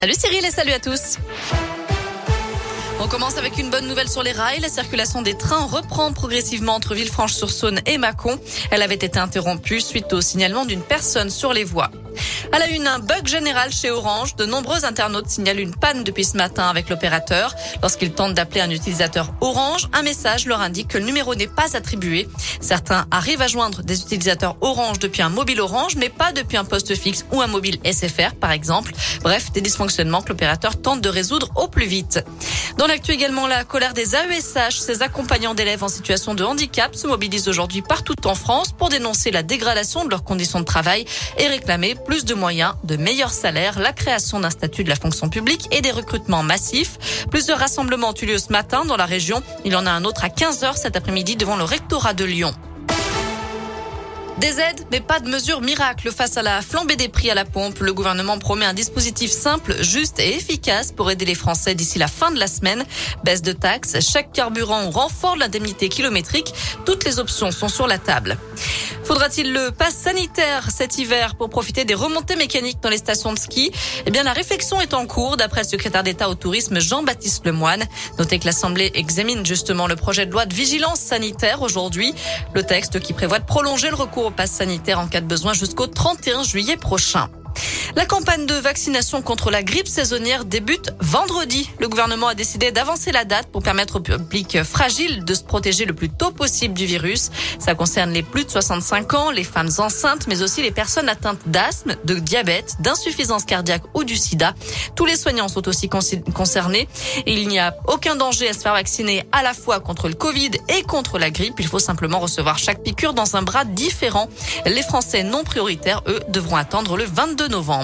Salut Cyril et salut à tous. On commence avec une bonne nouvelle sur les rails. La circulation des trains reprend progressivement entre Villefranche-sur-Saône et Mâcon. Elle avait été interrompue suite au signalement d'une personne sur les voies. À la une, un bug général chez Orange. De nombreux internautes signalent une panne depuis ce matin avec l'opérateur. Lorsqu'ils tentent d'appeler un utilisateur Orange, un message leur indique que le numéro n'est pas attribué. Certains arrivent à joindre des utilisateurs Orange depuis un mobile Orange, mais pas depuis un poste fixe ou un mobile SFR, par exemple. Bref, des dysfonctionnements que l'opérateur tente de résoudre au plus vite. Dans l'actu également, la colère des AESH. Ces accompagnants d'élèves en situation de handicap se mobilisent aujourd'hui partout en France pour dénoncer la dégradation de leurs conditions de travail et réclamer plus de moyens, de meilleurs salaires, la création d'un statut de la fonction publique et des recrutements massifs. Plusieurs rassemblements ont eu lieu ce matin dans la région. Il y en a un autre à 15h cet après-midi devant le rectorat de Lyon. Des aides, mais pas de mesures miracles face à la flambée des prix à la pompe. Le gouvernement promet un dispositif simple, juste et efficace pour aider les Français d'ici la fin de la semaine. Baisse de taxes, chèque carburant ou renfort de l'indemnité kilométrique. Toutes les options sont sur la table. Faudra-t-il le pass sanitaire cet hiver pour profiter des remontées mécaniques dans les stations de ski? Eh bien, la réflexion est en cours d'après le secrétaire d'État au tourisme Jean-Baptiste Lemoyne. Notez que l'Assemblée examine justement le projet de loi de vigilance sanitaire aujourd'hui. Le texte qui prévoit de prolonger le recours au pass sanitaire en cas de besoin jusqu'au 31 juillet prochain. La campagne de vaccination contre la grippe saisonnière débute vendredi. Le gouvernement a décidé d'avancer la date pour permettre au public fragile de se protéger le plus tôt possible du virus. Ça concerne les plus de 65 ans, les femmes enceintes, mais aussi les personnes atteintes d'asthme, de diabète, d'insuffisance cardiaque ou du sida. Tous les soignants sont aussi concernés. Et il n'y a aucun danger à se faire vacciner à la fois contre le Covid et contre la grippe. Il faut simplement recevoir chaque piqûre dans un bras différent. Les Français non prioritaires, eux, devront attendre le 22 novembre.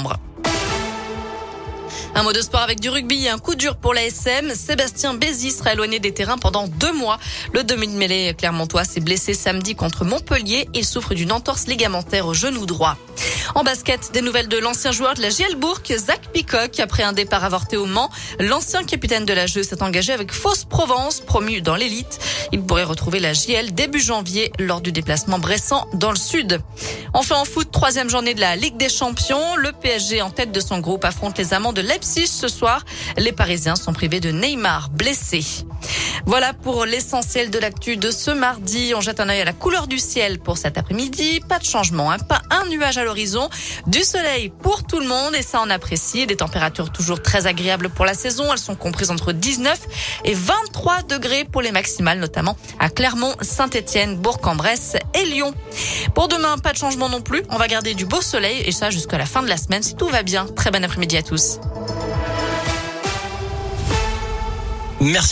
Un mot de sport avec du rugby et un coup dur pour l'ASM. Sébastien Bézi sera éloigné des terrains pendant 2 mois. Le demi-de-mêlée clermontois s'est blessé samedi contre Montpellier. Il souffre d'une entorse ligamentaire au genou droit. En basket, des nouvelles de l'ancien joueur de la JL Bourg, Zach Picoq. Après un départ avorté au Mans, l'ancien capitaine de la Jeu s'est engagé avec Fos-Provence, promu dans l'élite. Il pourrait retrouver la JL début janvier lors du déplacement Bressan dans le sud. Enfin en foot, 3e journée de la Ligue des Champions. Le PSG en tête de son groupe affronte les Amants de Leipzig ce soir. Les Parisiens sont privés de Neymar, blessé. Voilà pour l'essentiel de l'actu de ce mardi. On jette un œil à la couleur du ciel pour cet après-midi. Pas de changement, pas un nuage à l'horizon. Du soleil pour tout le monde et ça on apprécie. Des températures toujours très agréables pour la saison. Elles sont comprises entre 19 et 23 degrés pour les maximales, notamment à Clermont, Saint-Étienne, Bourg-en-Bresse et Lyon. Pour demain, pas de changement non plus. On va garder du beau soleil et ça jusqu'à la fin de la semaine si tout va bien. Très bon après-midi à tous. Merci.